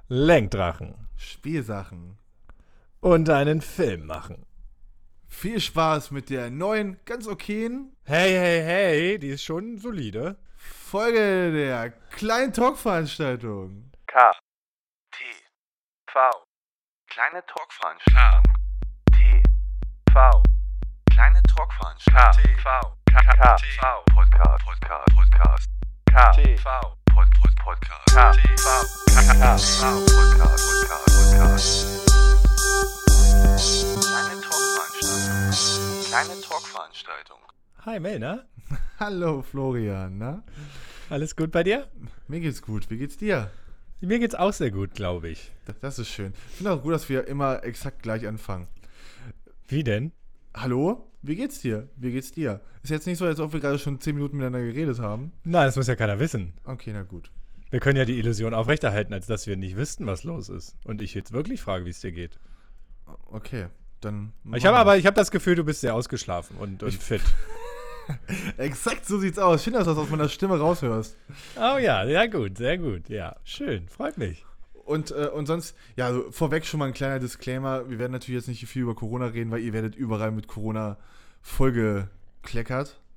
Lenkdrachen Spielsachen. und einen Film machen. Viel Spaß mit der neuen, ganz okayen Hey, die ist schon solide. Folge der kleinen Talkveranstaltung. K. T. V. Kleine Talkveranstaltung. T. V. Kleine Talkveranstaltung. T. V. K. V. Podcast. K. T. V. Podcast. K. V. K. V. Podcast. Kleine Talkveranstaltung. Hi Mel, ne? Hallo Florian, na? Alles gut bei dir? Mir geht's gut, wie geht's dir? Mir geht's auch sehr gut, glaube ich. Das ist schön. Ich finde auch gut, dass wir immer exakt gleich anfangen. Wie denn? Hallo? Wie geht's dir? Ist jetzt nicht so, als ob wir gerade schon 10 Minuten miteinander geredet haben. Nein, das muss ja keiner wissen. Okay, na gut. Wir können ja die Illusion aufrechterhalten, als dass wir nicht wüssten, was los ist. Und ich jetzt wirklich frage, wie es dir geht. Okay, dann... Ich habe das Gefühl, du bist sehr ausgeschlafen und fit. Exakt so sieht's aus. Ich finde, dass du das aus meiner Stimme raushörst. Oh ja, sehr gut. Ja, schön, freut mich. Und sonst, ja, also vorweg schon mal ein kleiner Disclaimer. Wir werden natürlich jetzt nicht viel über Corona reden, weil ihr werdet überall mit Corona vollgekleckert.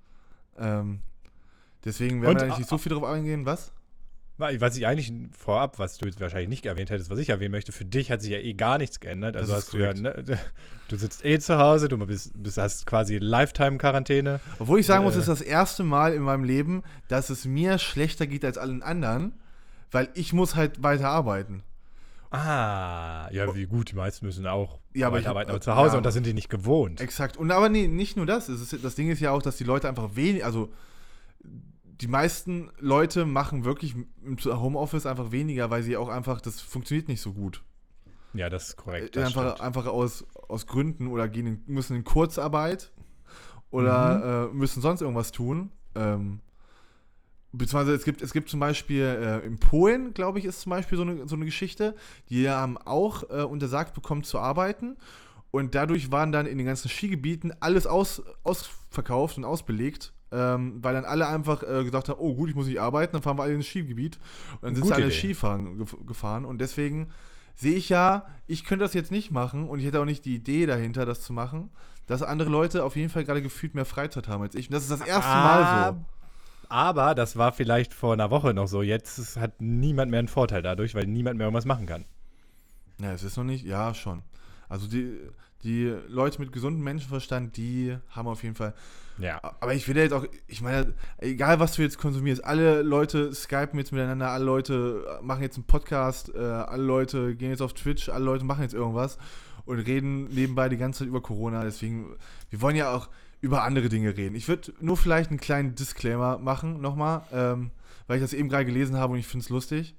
Deswegen werden wir da nicht so viel drauf eingehen. Was? Was ich eigentlich vorab, was du jetzt wahrscheinlich nicht erwähnt hättest, was ich erwähnen möchte, für dich hat sich ja gar nichts geändert. Also hast du ja, ne, du sitzt zu Hause, du hast quasi Lifetime-Quarantäne. Obwohl ich sagen muss, es ist das erste Mal in meinem Leben, dass es mir schlechter geht als allen anderen, weil ich muss halt weiter arbeiten. Ah, ja, wie gut, die meisten müssen auch arbeiten, aber zu Hause und das sind die nicht gewohnt. Exakt. Und aber nee, nicht nur das. Das Ding ist ja auch, dass die Leute einfach die meisten Leute machen wirklich im Homeoffice einfach weniger, weil sie auch einfach, das funktioniert nicht so gut. Ja, das ist korrekt. Einfach aus Gründen oder müssen in Kurzarbeit oder müssen sonst irgendwas tun. Beziehungsweise es gibt zum Beispiel in Polen, glaube ich, ist zum Beispiel so eine Geschichte, die haben auch untersagt bekommen zu arbeiten und dadurch waren dann in den ganzen Skigebieten alles ausverkauft und ausbelegt. Weil dann alle einfach gesagt haben, oh gut, ich muss nicht arbeiten, dann fahren wir alle ins Skigebiet. Und dann sind sie alle Skifahren gefahren. Und deswegen sehe ich ja, ich könnte das jetzt nicht machen und ich hätte auch nicht die Idee dahinter, das zu machen, dass andere Leute auf jeden Fall gerade gefühlt mehr Freizeit haben als ich. Und das ist das erste Mal so. Aber das war vielleicht vor einer Woche noch so. Jetzt hat niemand mehr einen Vorteil dadurch, weil niemand mehr irgendwas machen kann. Ja, es ist noch nicht, ja schon. Also die Leute mit gesundem Menschenverstand, die haben auf jeden Fall... Ja. Aber ich will jetzt auch, ich meine, egal was du jetzt konsumierst, alle Leute skypen jetzt miteinander, alle Leute machen jetzt einen Podcast, alle Leute gehen jetzt auf Twitch, alle Leute machen jetzt irgendwas und reden nebenbei die ganze Zeit über Corona. Deswegen, wir wollen ja auch über andere Dinge reden. Ich würde nur vielleicht einen kleinen Disclaimer machen, nochmal, weil ich das eben gerade gelesen habe und ich finde es lustig.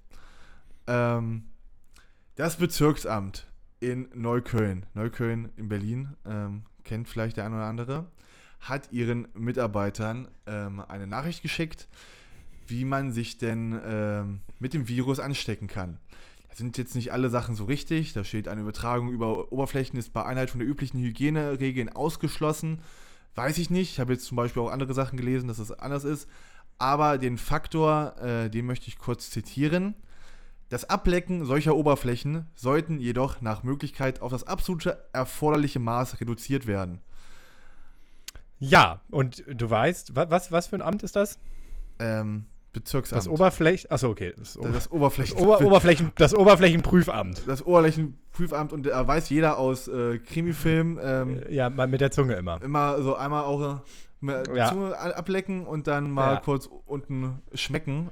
Das Bezirksamt in Neukölln in Berlin, kennt vielleicht der eine oder andere, hat ihren Mitarbeitern eine Nachricht geschickt, wie man sich denn mit dem Virus anstecken kann. Da sind jetzt nicht alle Sachen so richtig. Da steht, eine Übertragung über Oberflächen ist bei Einhaltung der üblichen Hygieneregeln ausgeschlossen. Weiß ich nicht. Ich habe jetzt zum Beispiel auch andere Sachen gelesen, dass das anders ist. Aber den Faktor, den möchte ich kurz zitieren. Das Ablecken solcher Oberflächen sollten jedoch nach Möglichkeit auf das absolute erforderliche Maß reduziert werden. Ja, und du weißt, was für ein Amt ist das? Bezirksamt. Das okay. Das Oberflächenprüfamt. Das Oberflächenprüfamt und da weiß jeder aus Krimifilmen. Ja, mit der Zunge immer. Immer so einmal auch die Zunge ablecken und dann mal kurz unten schmecken.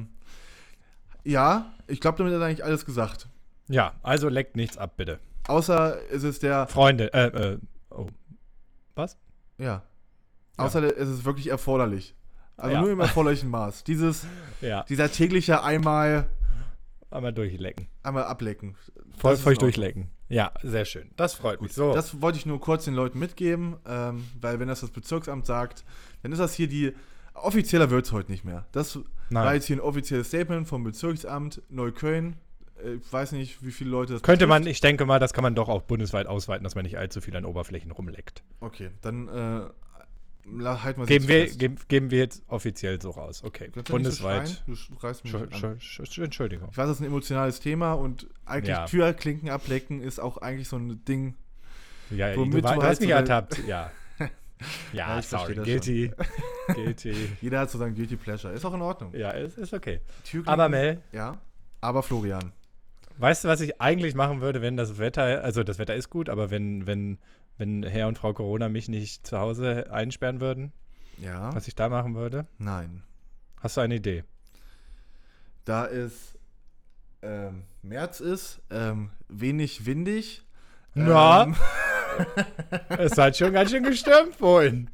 Ja, ich glaube, damit ist eigentlich alles gesagt. Ja, also leckt nichts ab, bitte. Außer es ist der... Freunde, was? Ja. Außer es ist wirklich erforderlich. Also nur im erforderlichen Maß. Dieser tägliche einmal durchlecken. Einmal ablecken. Feucht durchlecken. Ja, sehr schön. Das freut mich. So. Das wollte ich nur kurz den Leuten mitgeben, weil wenn das Bezirksamt sagt, dann ist das hier offizieller wird es heute nicht mehr. Das war jetzt hier ein offizielles Statement vom Bezirksamt Neukölln. Ich weiß nicht, wie viele Leute das könnte man, ich denke mal, das kann man doch auch bundesweit ausweiten, dass man nicht allzu viel an Oberflächen rumleckt. Okay, dann Halt mal Geben wir jetzt offiziell so raus. Okay, Du kannst ja bundesweit. nicht so schreien, du reißt mich nicht an. Entschuldigung. Ich weiß, das ist ein emotionales Thema und eigentlich Ja. Türklinken ablecken ist auch eigentlich so ein Ding. Ja, Womit du du hast halt mich so ertappt. Ja. Ja, Ja, ich verstehe sorry. das Guilty. Guilty. Jeder hat so sein Guilty Pleasure. Ist auch in Ordnung. Ja, ist okay. Türklinken, Aber Mel, Ja, aber Florian. weißt du, was ich eigentlich machen würde, wenn das Wetter, also das Wetter ist gut, aber wenn Herr und Frau Corona mich nicht zu Hause einsperren würden, Ja, was ich da machen würde? nein. Hast du eine Idee? Da es März ist, wenig windig. Na? Ähm, Es hat schon ganz schön gestürmt vorhin.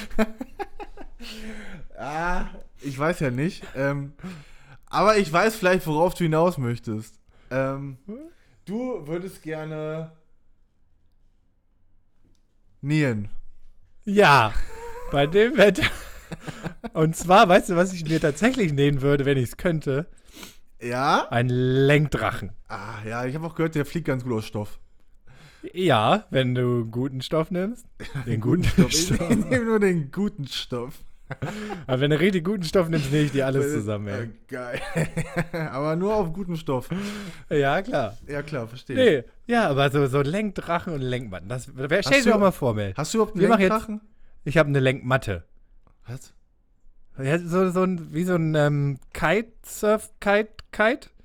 Ich weiß ja nicht. Aber ich weiß vielleicht, worauf du hinaus möchtest. Du würdest gerne nähen. Ja, bei dem Wetter. Und zwar, weißt du, was ich mir tatsächlich nähen würde, wenn ich es könnte? Ja? Ein Lenkdrachen. Ja, ich habe auch gehört, der fliegt ganz gut aus Stoff. Ja, wenn du guten Stoff nimmst. Den guten Ich Stoff. nehme nur den guten Stoff. Aber wenn du richtig guten Stoff nimmst, nehme ich dir alles zusammen, ey. Geil. Aber nur auf guten Stoff. Ja, klar. Ja, klar, verstehe ich. Nee, ja, aber so Lenkdrachen und Lenkmatten. Stell dir du- doch mal vor, Mel. Hast du überhaupt einen Wir machen jetzt- Lenkdrachen? Ich habe eine Lenkmatte. Was? Ja, wie so ein Kite.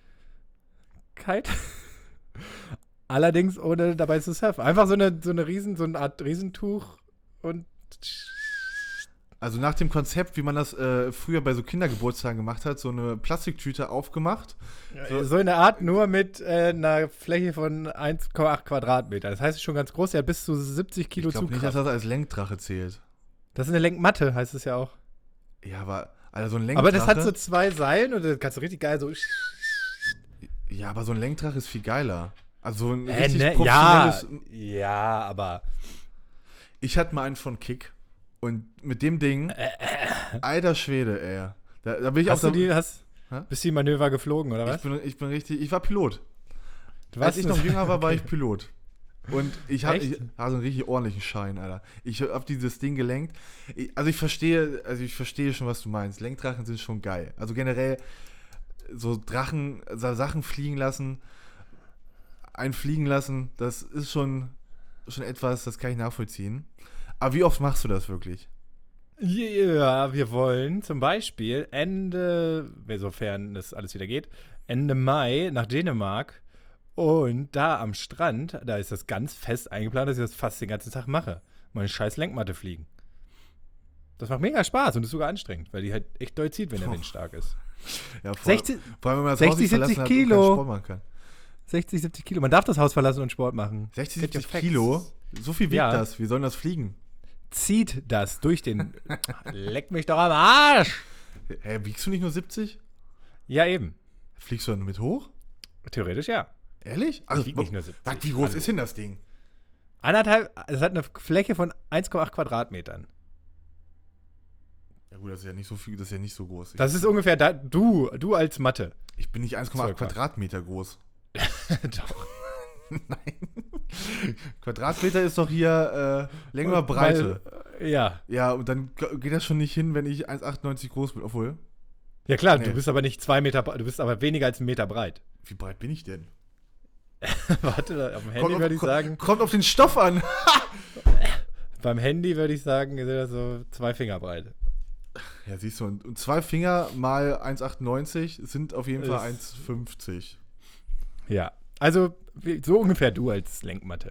Allerdings ohne dabei zu surfen. Einfach so eine Art Riesentuch und Also nach dem Konzept, wie man das früher bei so Kindergeburtstagen gemacht hat, so eine Plastiktüte aufgemacht. so in der Art, nur mit einer Fläche von 1,8 Quadratmeter. Das heißt, es ist schon ganz groß. Er hat bis zu 70 Kilo Ich glaube nicht, dass Zugkraft. das als Lenkdrache zählt. Das ist eine Lenkmatte, heißt es ja auch. Ja, aber also so ein Lenkdrache. Aber das hat so 2 Seilen und das kannst du richtig geil so. Ja, aber so ein Lenkdrache ist viel geiler. Also so ein Ja, richtig professionelles. ja, aber. Ich hatte mal einen von Kick und mit dem Ding, alter Schwede, ey. Da bin ich Hast auch du bist Hä? du die Manöver geflogen, oder was? ich bin richtig, ich war Pilot. Du Als ich noch jünger war, war okay. ich Pilot. Und ich hatte Echt? einen richtig ordentlichen Schein, Alter. Ich habe dieses Ding gelenkt. Ich verstehe schon, was du meinst. Lenkdrachen sind schon geil. Also generell so Drachen, so Sachen fliegen lassen, einfliegen lassen, das ist schon etwas, das kann ich nachvollziehen. Aber wie oft machst du das wirklich? Ja, wir wollen zum Beispiel sofern das alles wieder geht, Ende Mai nach Dänemark. Und da am Strand, da ist das ganz fest eingeplant, dass ich das fast den ganzen Tag mache. Meine scheiß Lenkmatte fliegen. Das macht mega Spaß und ist sogar anstrengend, weil die halt echt doll zieht, wenn der Wind stark ist. Ja, 60, vor allem, wenn man das 60, Haus nicht verlassen 70 hat Kilo. und keinen Sport machen kann. 60, 70 Kilo. Man darf das Haus verlassen und Sport machen. 60, Get your 70 facts. Kilo? So viel wiegt Ja. das. Wie sollen das fliegen? Zieht das durch den. Leck mich doch am Arsch! Hä, wiegst du nicht nur 70? Ja, eben. Fliegst du dann mit hoch? Theoretisch ja. Ehrlich? Ich wieg nicht nur 70. Was, wie groß Also- ist denn das Ding? Es hat eine Fläche von 1,8 Quadratmetern. Ja gut, das ist ja nicht so viel, das ist ja nicht so groß. Das ist ungefähr du als Mathe. Ich bin nicht 1,8 Circa. Quadratmeter groß. Doch. Quadratmeter ist doch hier Länge mal Breite. Ja. Ja, und dann geht das schon nicht hin, wenn ich 1,98 groß bin. Obwohl, Ja klar, Nee. du bist aber nicht 2 Meter, du bist aber weniger als 1 Meter breit. wie breit bin ich denn? Warte, auf dem Handy würde ich sagen, Kommt auf den Stoff an. beim Handy würde ich sagen, sind das so 2 Finger breit. Ja, siehst du, und 2 Finger mal 1,98 sind auf jeden Fall Ist- 1,50. Ja. Also so ungefähr du als Lenkmatte.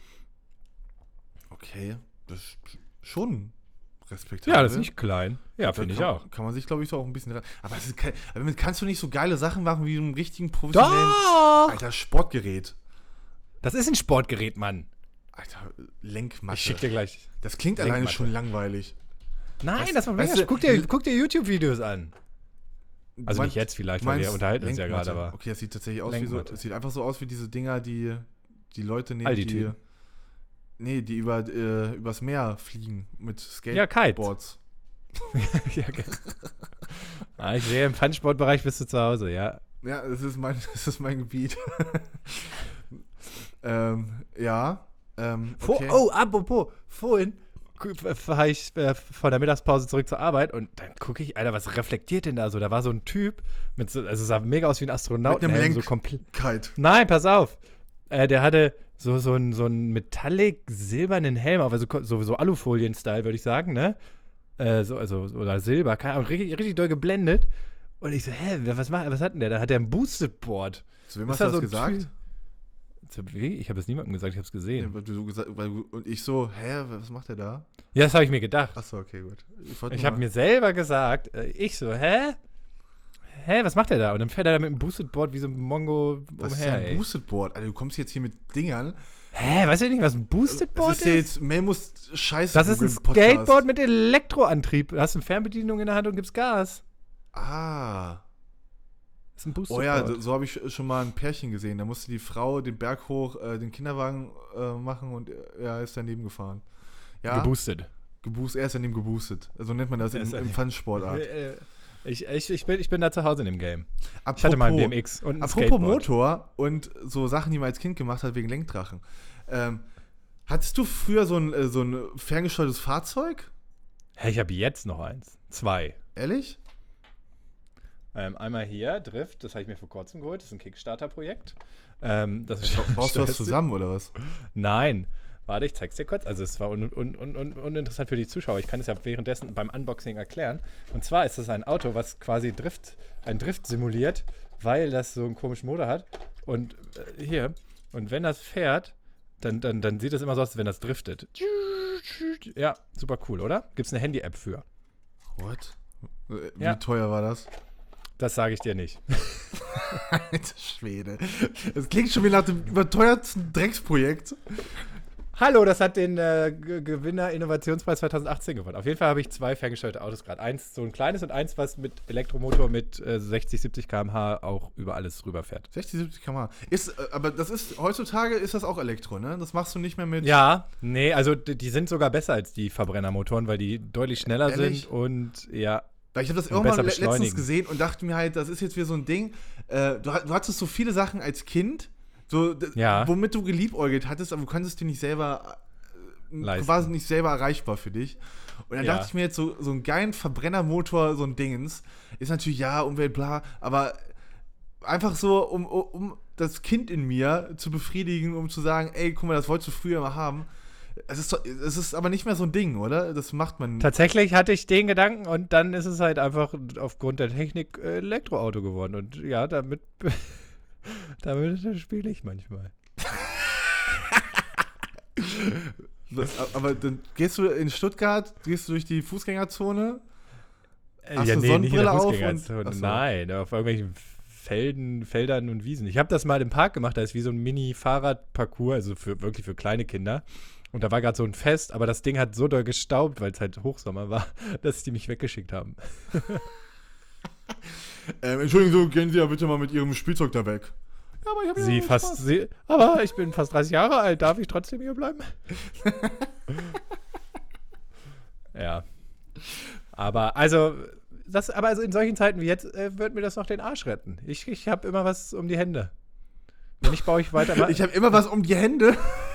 Okay, das ist schon respektabel. Ja, das ist nicht klein. Ja, Da finde ich kann- auch. Kann man sich, glaube ich, so auch ein bisschen ran. Aber damit kannst du nicht so geile Sachen machen wie einem richtigen professionellen. Doch! Alter, Sportgerät. Das ist ein Sportgerät, Mann. Alter, Lenkmatte. Ich schick dir gleich. Das klingt alleine Lenkmatte. schon langweilig. Nein, Weißt- das macht weißt mega. du, Guck dir YouTube-Videos an. Also Du nicht jetzt vielleicht, weil wir meinst unterhalten uns ja Lenkmatte. gerade, aber. Okay, das sieht tatsächlich aus wie so. Lenkmatte. Es sieht einfach so aus wie diese Dinger, die Leute nehmen, Aldi-Typen. die übers Meer fliegen mit Ja, Kites. Skateboards. Ja, okay. Ich sehe, im Pfannsportbereich bist du zu Hause, ja. Ja, das ist mein Gebiet. Ja. Okay. Oh, apropos, vorhin fahre ich von der Mittagspause zurück zur Arbeit und dann gucke ich, Alter, was reflektiert denn da so? Da war so ein Typ mit so, also sah mega aus wie ein Astronaut. Mit einem so komplett. Kite. Nein, pass auf. Der hatte so einen metallic silbernen Helm auf, also so Alufolien-Style, würde ich sagen, ne? Oder Silber, keine Ahnung, richtig doll geblendet. Und ich so, was hat denn der? Da hat der ein Boosted Board. Zu wem hast du das gesagt? Ich habe es niemandem gesagt, ich habe es gesehen. Nee, weil du so gesagt, und ich so, was macht der da? Ja, das habe ich mir gedacht. Achso, okay, gut. Ich habe mir selber gesagt, ich so, was macht der da? Und dann fährt er da mit einem Boosted Board wie so ein Mongo was ist ein Boosted Board? Also du kommst jetzt hier mit Dingern. Weißt du nicht, was ein Boosted Board ist? Das ist ja jetzt Melmus Scheiße. Das ist ein Skateboard mit Elektroantrieb. Du hast eine Fernbedienung in der Hand und gibst Gas. Ah. Das ist ein Boosted Oh ja, Board. so habe ich schon mal ein Pärchen gesehen. Da musste die Frau den Berg hoch, den Kinderwagen machen und er ist daneben gefahren. Ja. Geboostet. Er ist daneben geboostet. So nennt man das im Fun-Sportart. Ich bin da zu Hause in dem Game. Apropos, ich hatte mal ein BMX und ein apropos Skateboard. Motor und so Sachen, die man als Kind gemacht hat wegen Lenkdrachen. Hattest du früher so ein ferngesteuertes Fahrzeug? Ich habe jetzt noch eins. 2. Ehrlich? Einmal hier, Drift, das habe ich mir vor kurzem geholt. Das ist ein Kickstarter-Projekt. Baust du das zusammen oder was? Nein. Warte, ich zeig's dir kurz. Also es war uninteressant für die Zuschauer. Ich kann es ja währenddessen beim Unboxing erklären. Und zwar ist das ein Auto, was quasi ein Drift simuliert, weil das so einen komischen Motor hat. Und hier, und wenn das fährt, dann sieht es immer so aus, als wenn das driftet. Ja, super cool, oder? Gibt's eine Handy-App für. What? Wie teuer war das? Das sage ich dir nicht. Alter Schwede. Das klingt schon wie nach dem überteuertsten Drecksprojekt. Hallo, das hat den Gewinner Innovationspreis 2018 gewonnen. Auf jeden Fall habe ich 2 ferngesteuerte Autos gerade. Eins so ein kleines und eins, was mit Elektromotor mit 60, 70 km/h auch über alles rüberfährt. 60, 70 km/h. Aber das ist, heutzutage ist das auch Elektro, ne? Das machst du nicht mehr mit... Ja, nee, also die sind sogar besser als die Verbrennermotoren, weil die deutlich schneller Ehrlich? sind und ja. Weil ich habe das irgendwann letztens gesehen und dachte mir halt, das ist jetzt wieder so ein Ding. Du hattest so viele Sachen als Kind, womit du geliebäugelt hattest, aber du konntest dir nicht selber quasi nicht selber erreichbar für dich. Und dann dachte ich mir jetzt, so einen geilen Verbrennermotor, so ein Dingens, ist natürlich, ja, Umwelt, bla, aber einfach so, um das Kind in mir zu befriedigen, um zu sagen, ey, guck mal, das wolltest du früher mal haben. Es ist aber nicht mehr so ein Ding, oder? Das macht man. Tatsächlich hatte ich den Gedanken und dann ist es halt einfach aufgrund der Technik Elektroauto geworden. Und ja, damit spiele ich manchmal. Aber dann gehst du in Stuttgart, gehst du durch die Fußgängerzone? Hast du nicht in der Sonnenbrille auf? Fußgängerzone. Nein, auf irgendwelchen Feldern und Wiesen. Ich habe das mal im Park gemacht, da ist wie so ein Mini-Fahrradparcours, also wirklich für kleine Kinder. Und da war gerade so ein Fest, aber das Ding hat so doll gestaubt, weil es halt Hochsommer war, dass die mich weggeschickt haben. Entschuldigung, gehen Sie ja bitte mal mit Ihrem Spielzeug da weg. Ja, aber aber ich bin fast 30 Jahre alt, darf ich trotzdem hier bleiben? Ja. Aber in solchen Zeiten wie jetzt wird mir das noch den Arsch retten. Ich habe immer was um die Hände. Wenn ich baue ich weiter. Ich habe immer was um die Hände.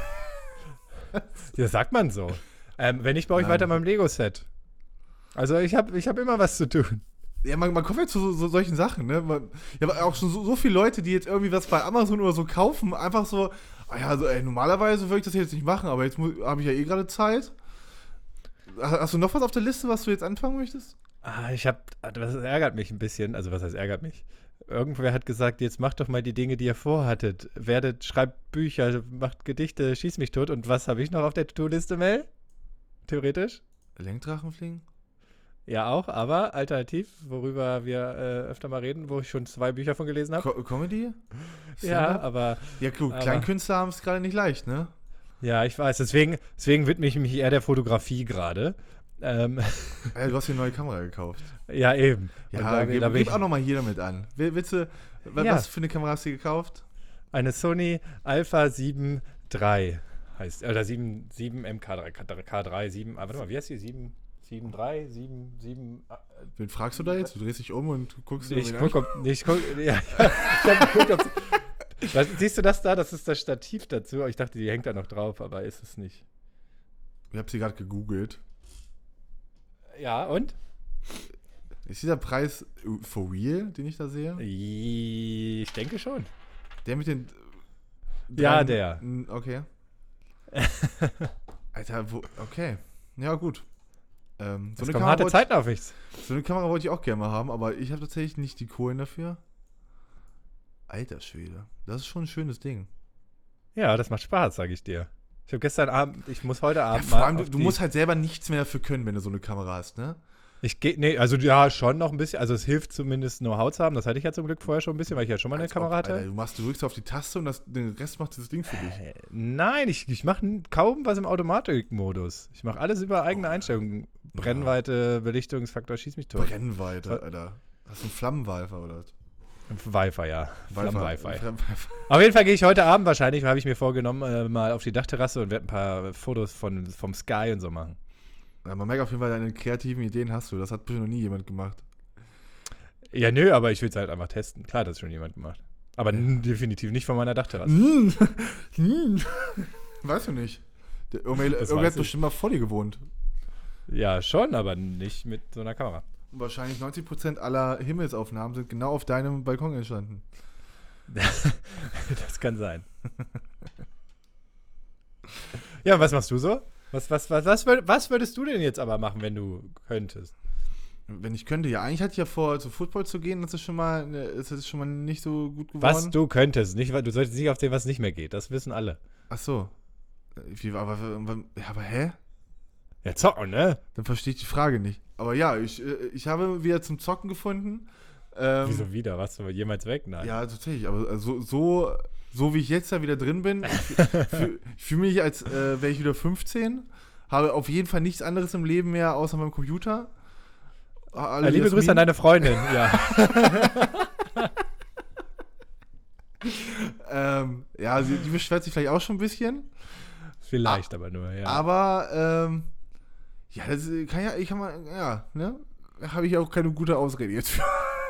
Das sagt man so. Wenn ich baue ich weiter meinem Lego-Set. Also ich hab immer was zu tun. Ja, man kommt ja zu solchen Sachen, ne? Ja, aber auch schon so viele Leute, die jetzt irgendwie was bei Amazon oder so kaufen, einfach so, normalerweise würde ich das jetzt nicht machen, aber jetzt habe ich ja gerade Zeit. Hast du noch was auf der Liste, was du jetzt anfangen möchtest? Das ärgert mich ein bisschen. Also was heißt ärgert mich? Irgendwer hat gesagt, jetzt macht doch mal die Dinge, die ihr vorhattet. Schreibt Bücher, macht Gedichte, schießt mich tot. Und was habe ich noch auf der To-Do-Liste, Mel? Theoretisch? Lenkdrachen fliegen? Ja, auch, aber alternativ, worüber wir öfter mal reden, wo ich schon 2 Bücher von gelesen habe. Comedy? Ja, aber... Ja, gut, Kleinkünstler haben es gerade nicht leicht, ne? Ja, ich weiß. Deswegen widme ich mich eher der Fotografie gerade. Ja, du hast dir eine neue Kamera gekauft. Ja, eben. Ja, gib auch nochmal hier damit an. Willst du, was für eine Kamera hast du gekauft? Eine Sony Alpha 7 III heißt, oder 7 MK3, K3, 7, warte mal, wie heißt die? 7 3, 7. Wen fragst du da jetzt? Du drehst dich um und guckst dir Ich habe geguckt, siehst du das da? Das ist das Stativ dazu. Ich dachte, die hängt da noch drauf, aber ist es nicht. Ich habe sie gerade gegoogelt. Ja, und? Ist dieser Preis for real, den ich da sehe? Ich denke schon. Der mit den Ja, der. Okay. Alter, okay. Ja, gut. Es kommen harte Zeiten auf mich. So eine Kamera wollte ich auch gerne mal haben, aber ich habe tatsächlich nicht die Kohlen dafür. Alter Schwede. Das ist schon ein schönes Ding. Ja, das macht Spaß, sage ich dir. Ich habe gestern Abend, ich muss heute Abend Vor mal allem, auf du musst halt selber nichts mehr dafür können, wenn du so eine Kamera hast, ne? also ja, schon noch ein bisschen. Also es hilft zumindest Know-how zu haben. Das hatte ich ja zum Glück vorher schon ein bisschen, weil ich ja schon mal eine Kamera hatte. Alter, du drückst auf die Taste und den Rest macht das Ding für dich. Nein, ich mache kaum was im Automatikmodus. Ich mache alles über eigene Einstellungen. Brennweite, Belichtungsfaktor, schieß mich tot. Brennweite, Alter. Hast du einen Flammenwerfer oder was? Wi-Fi, ja. Flammen-Wi-Fi. Flammenwerfer. Auf jeden Fall gehe ich heute Abend wahrscheinlich, habe ich mir vorgenommen, mal auf die Dachterrasse und werde ein paar Fotos vom Sky und so machen. Ja, man merkt auf jeden Fall, deine kreativen Ideen hast du. Das hat bestimmt noch nie jemand gemacht. Ja, nö, aber ich will es halt einfach testen. Klar, das hat schon jemand gemacht. Aber definitiv nicht von meiner Dachterrasse. Weißt du nicht. Irgendwer hat bestimmt mal vor dir gewohnt. Ja, schon, aber nicht mit so einer Kamera. Und wahrscheinlich 90% aller Himmelsaufnahmen sind genau auf deinem Balkon entstanden. Das kann sein. Ja, was machst du so? Was würdest du denn jetzt aber machen, wenn du könntest? Wenn ich könnte, ja. Eigentlich hatte ich ja vor, zu Football zu gehen. Das ist schon mal nicht so gut geworden. Was du könntest. Nicht, du solltest nicht auf dem, was nicht mehr geht. Das wissen alle. Ach so. Aber hä? Ja, zocken, ne? Dann verstehe ich die Frage nicht. Aber ja, ich habe wieder zum Zocken gefunden. Wieso wieder? Warst du jemals weg? Nein. Ja, tatsächlich. Aber so wie ich jetzt da wieder drin bin, ich fühle mich, als wäre ich wieder 15. Habe auf jeden Fall nichts anderes im Leben mehr außer meinem Computer. Liebe Grüße an deine Freundin, ja. Ja, die beschwert sich vielleicht auch schon ein bisschen. Vielleicht aber nur, ja. Aber, ja, das ne? Habe ich auch keine gute Ausrede jetzt für.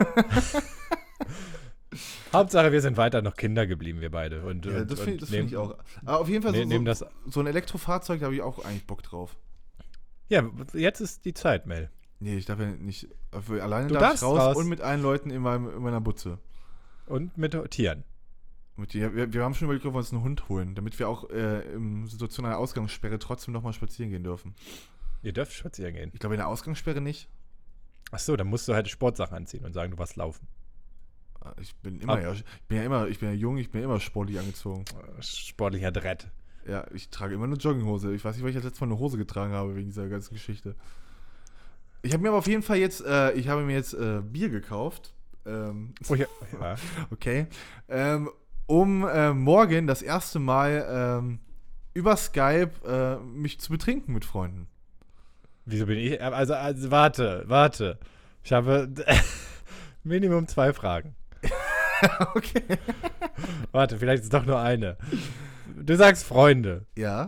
Hauptsache, wir sind weiter noch Kinder geblieben, wir beide. Das finde ich auch. Aber auf jeden Fall so ein Elektrofahrzeug, da habe ich auch eigentlich Bock drauf. Ja, jetzt ist die Zeit, Mel. Nee, ich darf ja nicht. Alleine Du darf ich darfst raus. und mit allen Leuten in meiner Butze. Und mit Tieren. Wir haben schon überlegt, ob wir uns einen Hund holen, damit wir auch in Situation einer Ausgangssperre trotzdem nochmal spazieren gehen dürfen. Ihr dürft spazieren gehen. Ich glaube, in der Ausgangssperre nicht. Achso, dann musst du halt Sportsachen anziehen und sagen, du warst laufen. Ich bin ja jung, ich bin ja immer sportlich angezogen. Sportlicher Dread. Ja, ich trage immer eine Jogginghose. Ich weiß nicht, weil ich das letzte Mal eine Hose getragen habe wegen dieser ganzen Geschichte. Ich habe mir aber auf jeden Fall jetzt, Bier gekauft. Ja. Okay. Um morgen das erste Mal über Skype mich zu betrinken mit Freunden. Wieso bin ich? Also warte. Ich habe Minimum 2 Fragen. Okay. Warte, vielleicht ist es doch nur eine. Du sagst Freunde. Ja.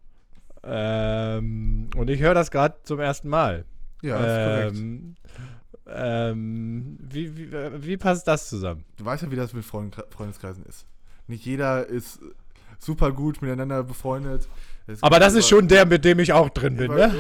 Und ich höre das gerade zum ersten Mal. Ja, das ist korrekt. Wie passt das zusammen? Du weißt ja, wie das mit Freundeskreisen ist. Nicht jeder ist super gut miteinander befreundet. Aber das ist schon der, mit dem ich auch drin bin, ne?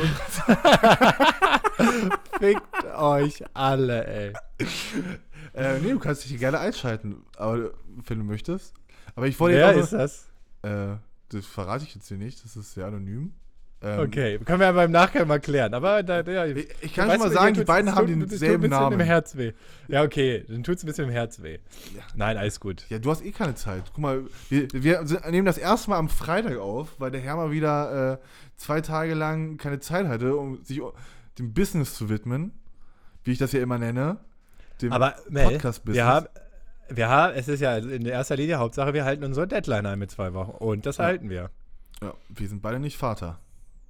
Fickt euch alle, ey. Nee, du kannst dich hier gerne einschalten, aber, wenn du möchtest. Aber ich wollte Wer ist das? Das verrate ich jetzt hier nicht, das ist sehr anonym. Okay, können wir aber im Nachgang mal klären. Aber ich kann schon mal sagen, die beiden haben denselben Namen. Im Herz weh. Ja, okay, dann tut es ein bisschen im Herz weh. Ja. Nein, alles gut. Ja, du hast eh keine Zeit. Guck mal, wir nehmen das erste Mal am Freitag auf, weil der Herr mal wieder 2 Tage lang keine Zeit hatte, um sich dem Business zu widmen, wie ich das ja immer nenne. Dem aber Mel, Podcast-Business. es ist ja in erster Linie Hauptsache, wir halten unsere Deadline ein mit 2 Wochen. Und das halten wir. Ja, wir sind beide nicht Vater.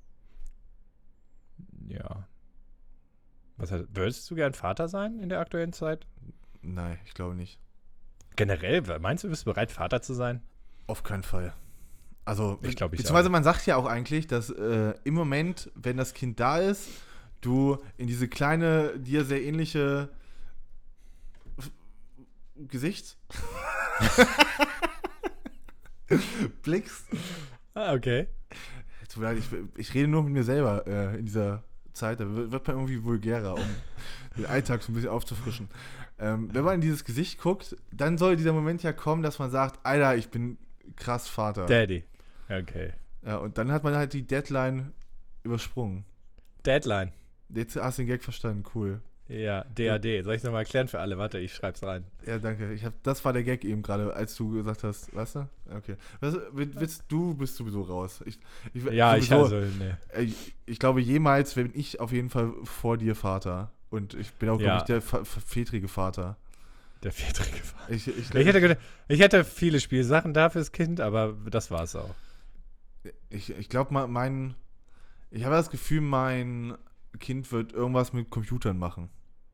Ja. Würdest du gern Vater sein in der aktuellen Zeit? Nein, ich glaube nicht. Generell, meinst du, bist du bereit, Vater zu sein? Auf keinen Fall. Also, beziehungsweise man sagt ja auch eigentlich, dass im Moment, wenn das Kind da ist, du in diese kleine, dir sehr ähnliche Gesicht blickst. Ah, okay. tut mir leid, ich rede nur mit mir selber in dieser Zeit. Da wird man irgendwie vulgärer, um den Alltag so ein bisschen aufzufrischen. Wenn man in dieses Gesicht guckt, dann soll dieser Moment ja kommen, dass man sagt, Alter, ich bin krass Vater. Daddy. Okay. Ja, und dann hat man halt die Deadline übersprungen. Deadline. Jetzt hast du den Gag verstanden, cool. Ja, DAD. Soll ich es nochmal erklären für alle? Warte, ich schreib's rein. Ja, danke. Das war der Gag eben gerade, als du gesagt hast, weißt du? Okay. Du bist sowieso raus. Ich glaube jemals bin ich auf jeden Fall vor dir Vater. Und ich bin auch, glaube ich, der vätrige Vater. Der vätrige Vater. Ich hätte viele Spielsachen da fürs Kind, aber das war's auch. Ich glaube, ich habe das Gefühl, mein Kind wird irgendwas mit Computern machen.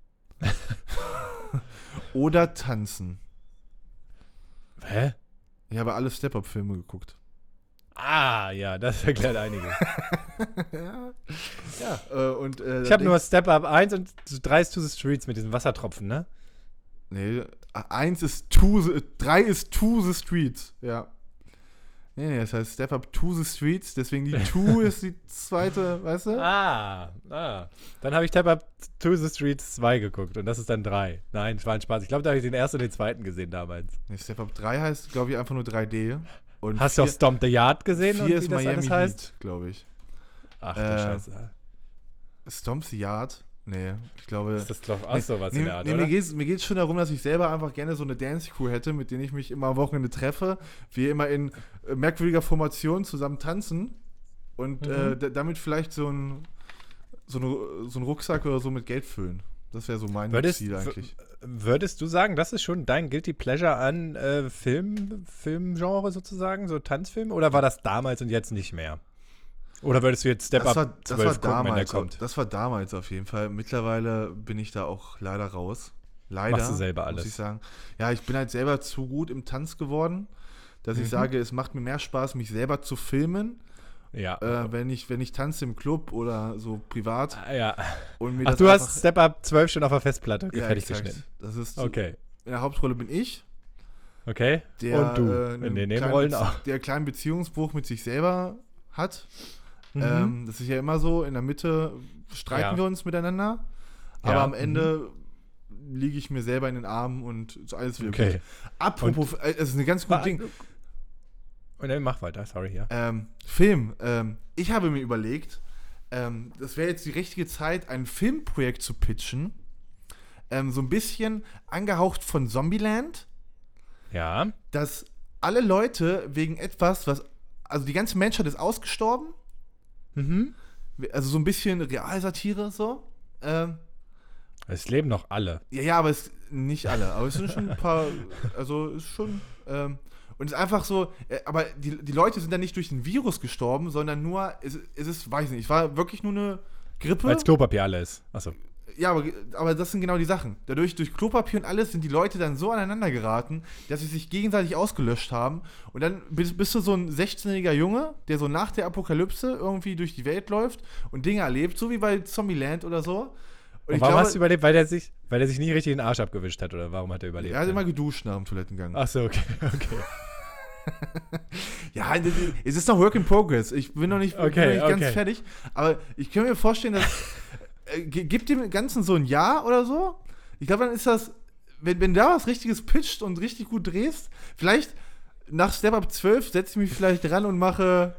Oder tanzen. Hä? Ich habe alle Step-Up-Filme geguckt. Ah, ja, das erklärt einiges. Und ich habe nur Step Up 1 und 3 ist to the Streets mit diesen Wassertropfen, ne? Nee, 3 ist to the Streets, ja. Nee, das heißt Step Up to the Streets, deswegen die 2 ist die zweite, weißt du? Dann habe ich Step Up to the Streets 2 geguckt und das ist dann 3. Nein, es war ein Spaß. Ich glaube, da habe ich den ersten und den zweiten gesehen damals. Nee, Step Up 3 heißt, glaube ich, einfach nur 3D. Und hast du auch Stomp the Yard gesehen? 4 ist Miami Heat, glaube ich. Ach du Scheiße. Stomp the Yard? Nee, ich glaube... Ist das doch auch sowas in der Art, oder? Mir geht's schon darum, dass ich selber einfach gerne so eine Dance-Crew hätte, mit denen ich mich immer am Wochenende treffe. Wir immer in merkwürdiger Formation zusammen tanzen und damit vielleicht so ein Rucksack oder so mit Geld füllen. Das wäre so mein Ziel eigentlich. Würdest du sagen, das ist schon dein Guilty Pleasure an Filmgenre sozusagen, so Tanzfilm? Oder war das damals und jetzt nicht mehr? Oder würdest du jetzt Step Up 12 gucken, wenn der kommt? Das war damals auf jeden Fall. Mittlerweile bin ich da auch leider raus. Leider. Machst du selber alles? Muss ich sagen. Ja, ich bin halt selber zu gut im Tanz geworden, dass ich sage, es macht mir mehr Spaß, mich selber zu filmen. Ja. Wenn ich tanze im Club oder so privat. Ja. Und mir ach, du hast Step Up 12 schon auf der Festplatte fertig geschnitten. Das ist okay. In der Hauptrolle bin ich. Okay. Und du. In den Nebenrollen auch. Der kleinen Beziehungsbruch mit sich selber hat. Das ist ja immer so, in der Mitte streiten wir uns miteinander, aber am Ende liege ich mir selber in den Armen und ist alles wieder gut. Apropos, es ist ein ganz gutes Ding. Und dann mach weiter, sorry, ja. Film. Ich habe mir überlegt, das wäre jetzt die richtige Zeit, ein Filmprojekt zu pitchen, so ein bisschen angehaucht von Zombieland. Ja. Dass alle Leute wegen etwas, also die ganze Menschheit ist ausgestorben. Also so ein bisschen Realsatire so. Es leben noch alle. Ja, aber nicht alle. Aber es sind schon ein paar, also ist schon, und es ist einfach so, aber die Leute sind dann nicht durch ein Virus gestorben, sondern nur, es ist, weiß nicht, es war wirklich nur eine Grippe. Weil es Klopapier alle ist. Achso. Ja, aber das sind genau die Sachen. Durch Klopapier und alles sind die Leute dann so aneinander geraten, dass sie sich gegenseitig ausgelöscht haben. Und dann bist du so ein 16-jähriger Junge, der so nach der Apokalypse irgendwie durch die Welt läuft und Dinge erlebt, so wie bei Zombieland oder so. Und warum hast du überlebt? Weil der sich nicht richtig den Arsch abgewischt hat, oder warum hat er überlebt? Er hat immer geduscht nach dem Toilettengang. Achso, okay. Ja, es ist noch Work in Progress. Ich bin noch nicht ganz fertig. Aber ich kann mir vorstellen, dass gib dem Ganzen so ein Jahr oder so. Ich glaube, dann ist das, wenn du da was Richtiges pitcht und richtig gut drehst, vielleicht nach Step Up 12 setze ich mich vielleicht ran und mache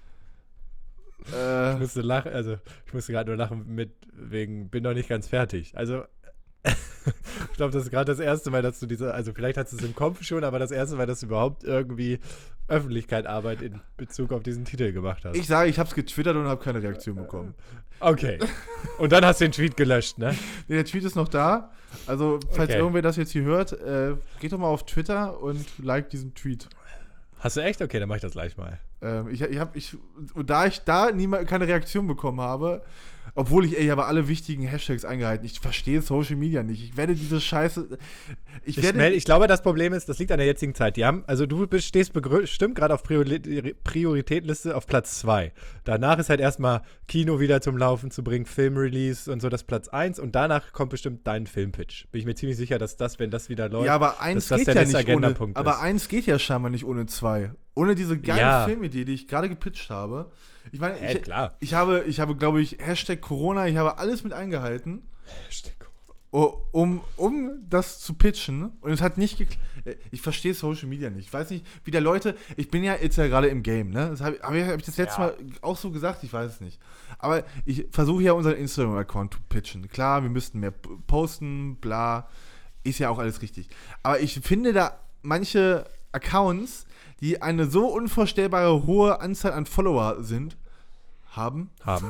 ich musste gerade nur lachen wegen bin noch nicht ganz fertig. Also ich glaube, das ist gerade das erste Mal, dass du also vielleicht hast du es im Kopf schon, aber das erste Mal, dass du überhaupt irgendwie Öffentlichkeitsarbeit in Bezug auf diesen Titel gemacht hast. Ich sage, ich habe es getwittert und habe keine Reaktion bekommen. Okay. Und dann hast du den Tweet gelöscht, ne? Nee, der Tweet ist noch da. Also, falls irgendwer das jetzt hier hört, geht doch mal auf Twitter und like diesen Tweet. Hast du echt? Okay, dann mach ich das gleich mal. Und da ich da keine Reaktion bekommen habe, obwohl ich habe alle wichtigen Hashtags eingehalten. Ich verstehe Social Media nicht. Ich werde diese Scheiße. Ich glaube, das Problem ist, das liegt an der jetzigen Zeit. Du stehst bestimmt gerade auf Prioritätenliste auf Platz 2. Danach ist halt erstmal Kino wieder zum Laufen zu bringen, Filmrelease und so, das Platz 1. Und danach kommt bestimmt dein Filmpitch. Bin ich mir ziemlich sicher, dass wenn das wieder läuft, ja, aber eins geht ja nicht ohne. Aber eins geht ja scheinbar nicht ohne 2. Ohne diese geile Ja. Filmidee, die ich gerade gepitcht habe. Ich meine, Klar. ich habe, glaube ich, Hashtag Corona, ich habe alles mit eingehalten, um das zu pitchen. Und es hat nicht geklappt. Ich verstehe Social Media nicht. Ich weiß nicht, wie der Leute, ich bin ja jetzt ja gerade im Game, ne? Das hab ich das letzte Mal auch so gesagt, ich weiß es nicht. Aber ich versuche ja unseren Instagram-Account zu pitchen. Klar, wir müssten mehr posten, bla. Ist ja auch alles richtig. Aber ich finde da manche Accounts, die eine so unvorstellbare hohe Anzahl an Follower haben,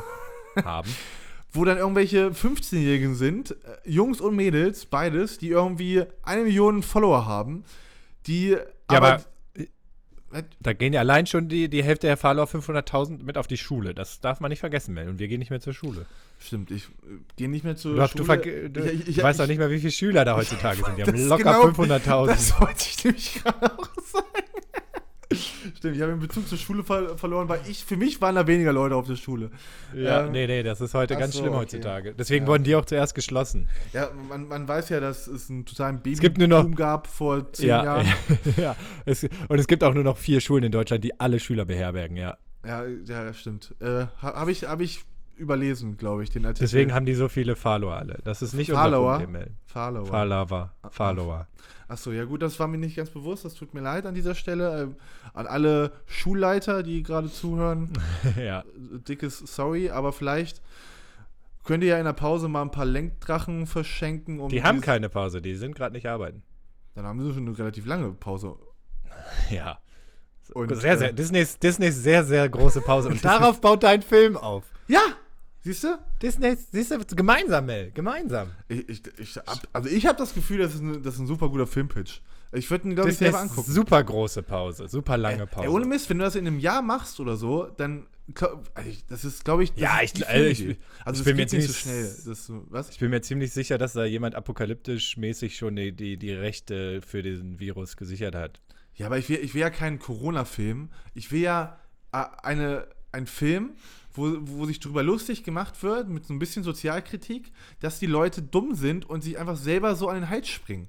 wo dann irgendwelche 15-Jährigen sind, Jungs und Mädels, beides, die irgendwie 1 Million Follower haben, die aber da gehen ja allein schon die Hälfte der Follower 500.000 mit auf die Schule. Das darf man nicht vergessen, Mel. Und wir gehen nicht mehr zur Schule. Stimmt, ich gehe nicht mehr zur Schule. Ich weiß auch nicht mehr, wie viele Schüler da heutzutage sind. Die haben das locker genau- 500.000. Das wollte ich nämlich gerade auch sagen. Stimmt, ich habe den Bezug zur Schule verloren, weil für mich waren da weniger Leute auf der Schule. Ja, nee, das ist heute ganz so, schlimm okay. heutzutage. Deswegen Ja. wurden die auch zuerst geschlossen. Ja, man weiß ja, dass es einen totalen gibt nur noch- Babyboom gab vor 10 Jahren. ja. Und es gibt auch nur noch 4 Schulen in Deutschland, die alle Schüler beherbergen, ja. Ja, stimmt. Habe ich überlesen, glaube ich, den Artikel. Deswegen haben die so viele Follower alle. Das ist nicht Follower? unser Problem, Mel. Follower. Achso, ja gut, das war mir nicht ganz bewusst. Das tut mir leid an dieser Stelle. An alle Schulleiter, die gerade zuhören. Ja. Dickes Sorry, aber vielleicht könnt ihr ja in der Pause mal ein paar Lenkdrachen verschenken. Die haben keine Pause, die sind gerade nicht arbeiten. Dann haben sie schon eine relativ lange Pause. Ja. Und, Sehr. Disneys sehr, sehr große Pause. Und darauf baut dein Film auf. Ja! Siehst du? Disney, siehst du, gemeinsam, Mel, gemeinsam. Ich habe das Gefühl, das ist ein super guter Filmpitch. Ich würde ihn, glaube ich, selber angucken. Super große Pause, super lange Pause. Ohne Mist, wenn du das in einem Jahr machst oder so, dann, das ist, glaube ich, Ja, das ist ich Filmidee. Also ich bin es geht mir nicht so ziemlich- schnell. Was? Ich bin mir ziemlich sicher, dass da jemand apokalyptisch mäßig schon die Rechte für diesen Virus gesichert hat. Ja, aber ich will ja keinen Corona-Film. Ich will ja einen Film, wo sich drüber lustig gemacht wird, mit so ein bisschen Sozialkritik, dass die Leute dumm sind und sich einfach selber so an den Hals springen.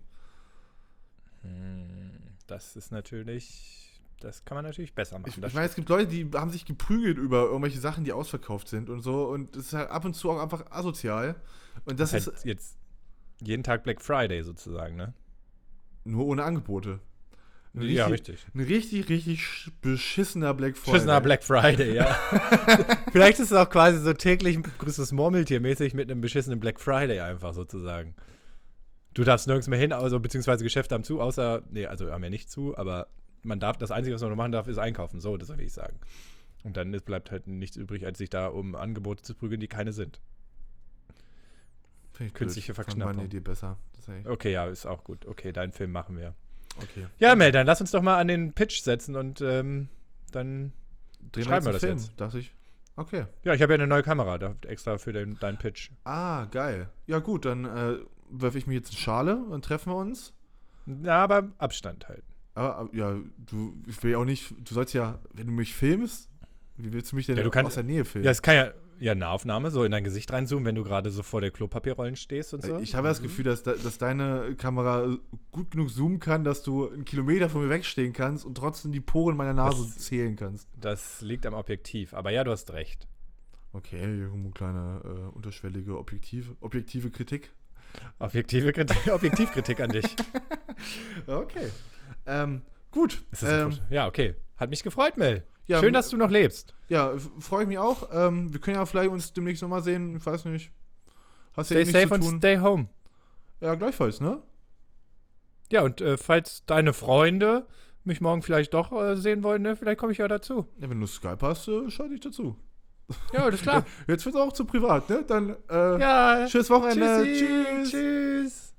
Das kann man natürlich besser machen. Ich meine, es gibt Leute, die haben sich geprügelt über irgendwelche Sachen, die ausverkauft sind und so. Und das ist halt ab und zu auch einfach asozial. Und das ist ist halt jetzt jeden Tag Black Friday sozusagen, ne? nur ohne Angebote. Ja, richtig. Ein richtig beschissener Black Friday. Beschissener Black Friday, ja. Vielleicht ist es auch quasi so täglich grüßes Murmeltier-mäßig mit einem beschissenen Black Friday einfach sozusagen. Du darfst nirgends mehr hin, also beziehungsweise Geschäfte haben zu, außer, also haben ja nicht zu, aber das Einzige, was man noch machen darf, ist einkaufen. So, das will ich sagen. Und dann bleibt halt nichts übrig, als sich da um Angebote zu prügeln, die keine sind. Finde ich Künstliche blöd. Verknappung. Fand meine Idee besser. Okay, ja, ist auch gut. Okay, deinen Film machen wir. Okay. Ja, Mel, dann lass uns doch mal an den Pitch setzen und dann Drehen schreiben wir das Film, jetzt. dachte ich. Okay. Ja, ich habe ja eine neue Kamera, extra für deinen Pitch. Ah, geil. Ja gut, dann werfe ich mir jetzt eine Schale und treffen wir uns. Ja, aber Abstand halten. Aber ja, ich will ja auch nicht, du sollst ja, wenn du mich filmst, wie willst du mich denn Ja, du kannst- aus der Nähe filmen? Ja, es kann ja eine Aufnahme, so in dein Gesicht reinzoomen, wenn du gerade so vor der Klopapierrollen stehst und so. Ich habe das Gefühl, dass deine Kamera gut genug zoomen kann, dass du 1 Kilometer von mir wegstehen kannst und trotzdem die Poren meiner Nase zählen kannst. Das liegt am Objektiv, aber ja, du hast recht. Okay, hier kommt eine kleine unterschwellige objektive Kritik. Objektivkritik an dich. Okay. Gut. Ist das ja, okay. Hat mich gefreut, Mel. Ja, Schön, dass du noch lebst. Ja, freue ich mich auch. Wir können ja vielleicht uns demnächst nochmal sehen. Ich weiß nicht. Hast ja Stay eh nichts safe zu und tun. stay home. Ja, gleichfalls, ne? Ja, und falls deine Freunde mich morgen vielleicht doch sehen wollen, ne, vielleicht komme ich ja dazu. Ja, wenn du Skype hast, schalte ich dazu. Ja, alles klar. Jetzt wird es auch zu privat, ne? Dann Ja, tschüss Wochenende. tschüssi, Tschüss. Tschüss.